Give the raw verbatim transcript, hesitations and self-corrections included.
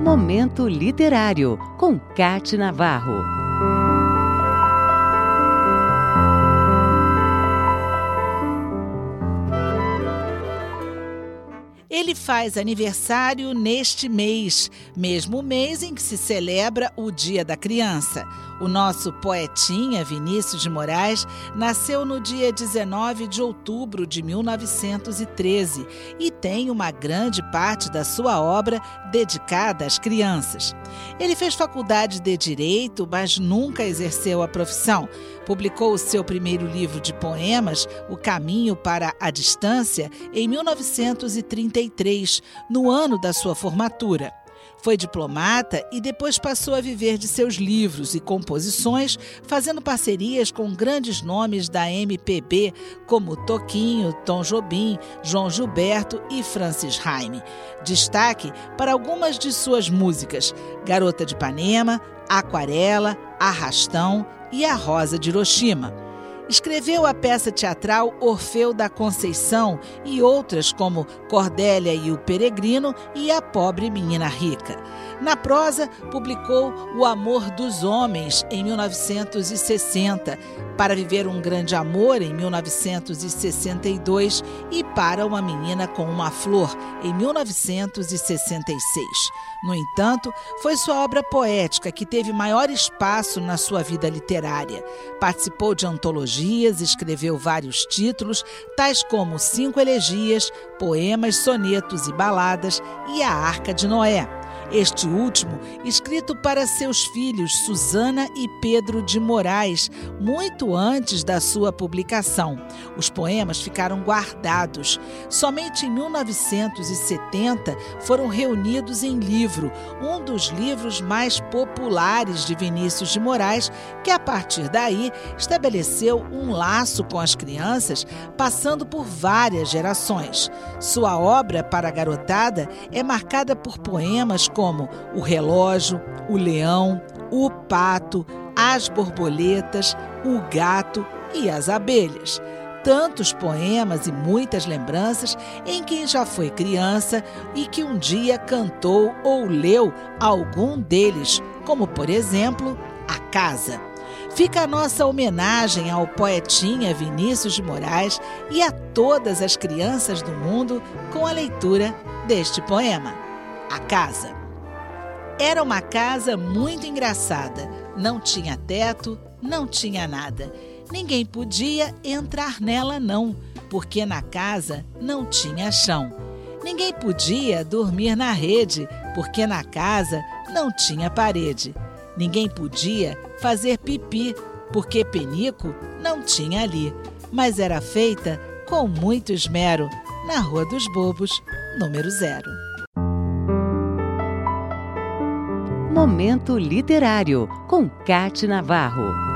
Momento Literário, com Cate Navarro. Ele faz aniversário neste mês, mesmo mês em que se celebra o Dia da Criança. O nosso poetinha Vinícius de Moraes nasceu no dia dezenove de outubro de mil novecentos e treze e tem uma grande parte da sua obra dedicada às crianças. Ele fez faculdade de Direito, mas nunca exerceu a profissão. Publicou o seu primeiro livro de poemas, O Caminho para a Distância, em mil novecentos e trinta e três, no ano da sua formatura. Foi diplomata e depois passou a viver de seus livros e composições, fazendo parcerias com grandes nomes da M P B, como Toquinho, Tom Jobim, João Gilberto e Francis Raime. Destaque para algumas de suas músicas: Garota de Ipanema, Aquarela, Arrastão e A Rosa de Hiroshima. Escreveu a peça teatral Orfeu da Conceição e outras como Cordélia e o Peregrino e A Pobre Menina Rica. Na prosa, publicou O Amor dos Homens, em mil novecentos e sessenta, Para Viver um Grande Amor, em mil novecentos e sessenta e dois e Para uma Menina com uma Flor, em mil novecentos e sessenta e seis. No entanto, foi sua obra poética que teve maior espaço na sua vida literária. Participou de antologias, escreveu vários títulos, tais como Cinco Elegias, Poemas, Sonetos e Baladas e A Arca de Noé. Este último, escrito para seus filhos Susana e Pedro de Moraes, muito antes da sua publicação. Os poemas ficaram guardados. Somente em mil novecentos e setenta foram reunidos em livro, um dos livros mais populares de Vinícius de Moraes, que a partir daí estabeleceu um laço com as crianças, passando por várias gerações. Sua obra para a garotada é marcada por poemas como como O Relógio, O Leão, O Pato, As Borboletas, O Gato e As Abelhas. Tantos poemas e muitas lembranças em quem já foi criança e que um dia cantou ou leu algum deles, como, por exemplo, A Casa. Fica a nossa homenagem ao poetinha Vinícius de Moraes e a todas as crianças do mundo com a leitura deste poema, A Casa. Era uma casa muito engraçada. Não tinha teto, não tinha nada. Ninguém podia entrar nela não, porque na casa não tinha chão. Ninguém podia dormir na rede, porque na casa não tinha parede. Ninguém podia fazer pipi, porque penico não tinha ali. Mas era feita com muito esmero, na Rua dos Bobos, número zero. Momento Literário, com Cate Navarro.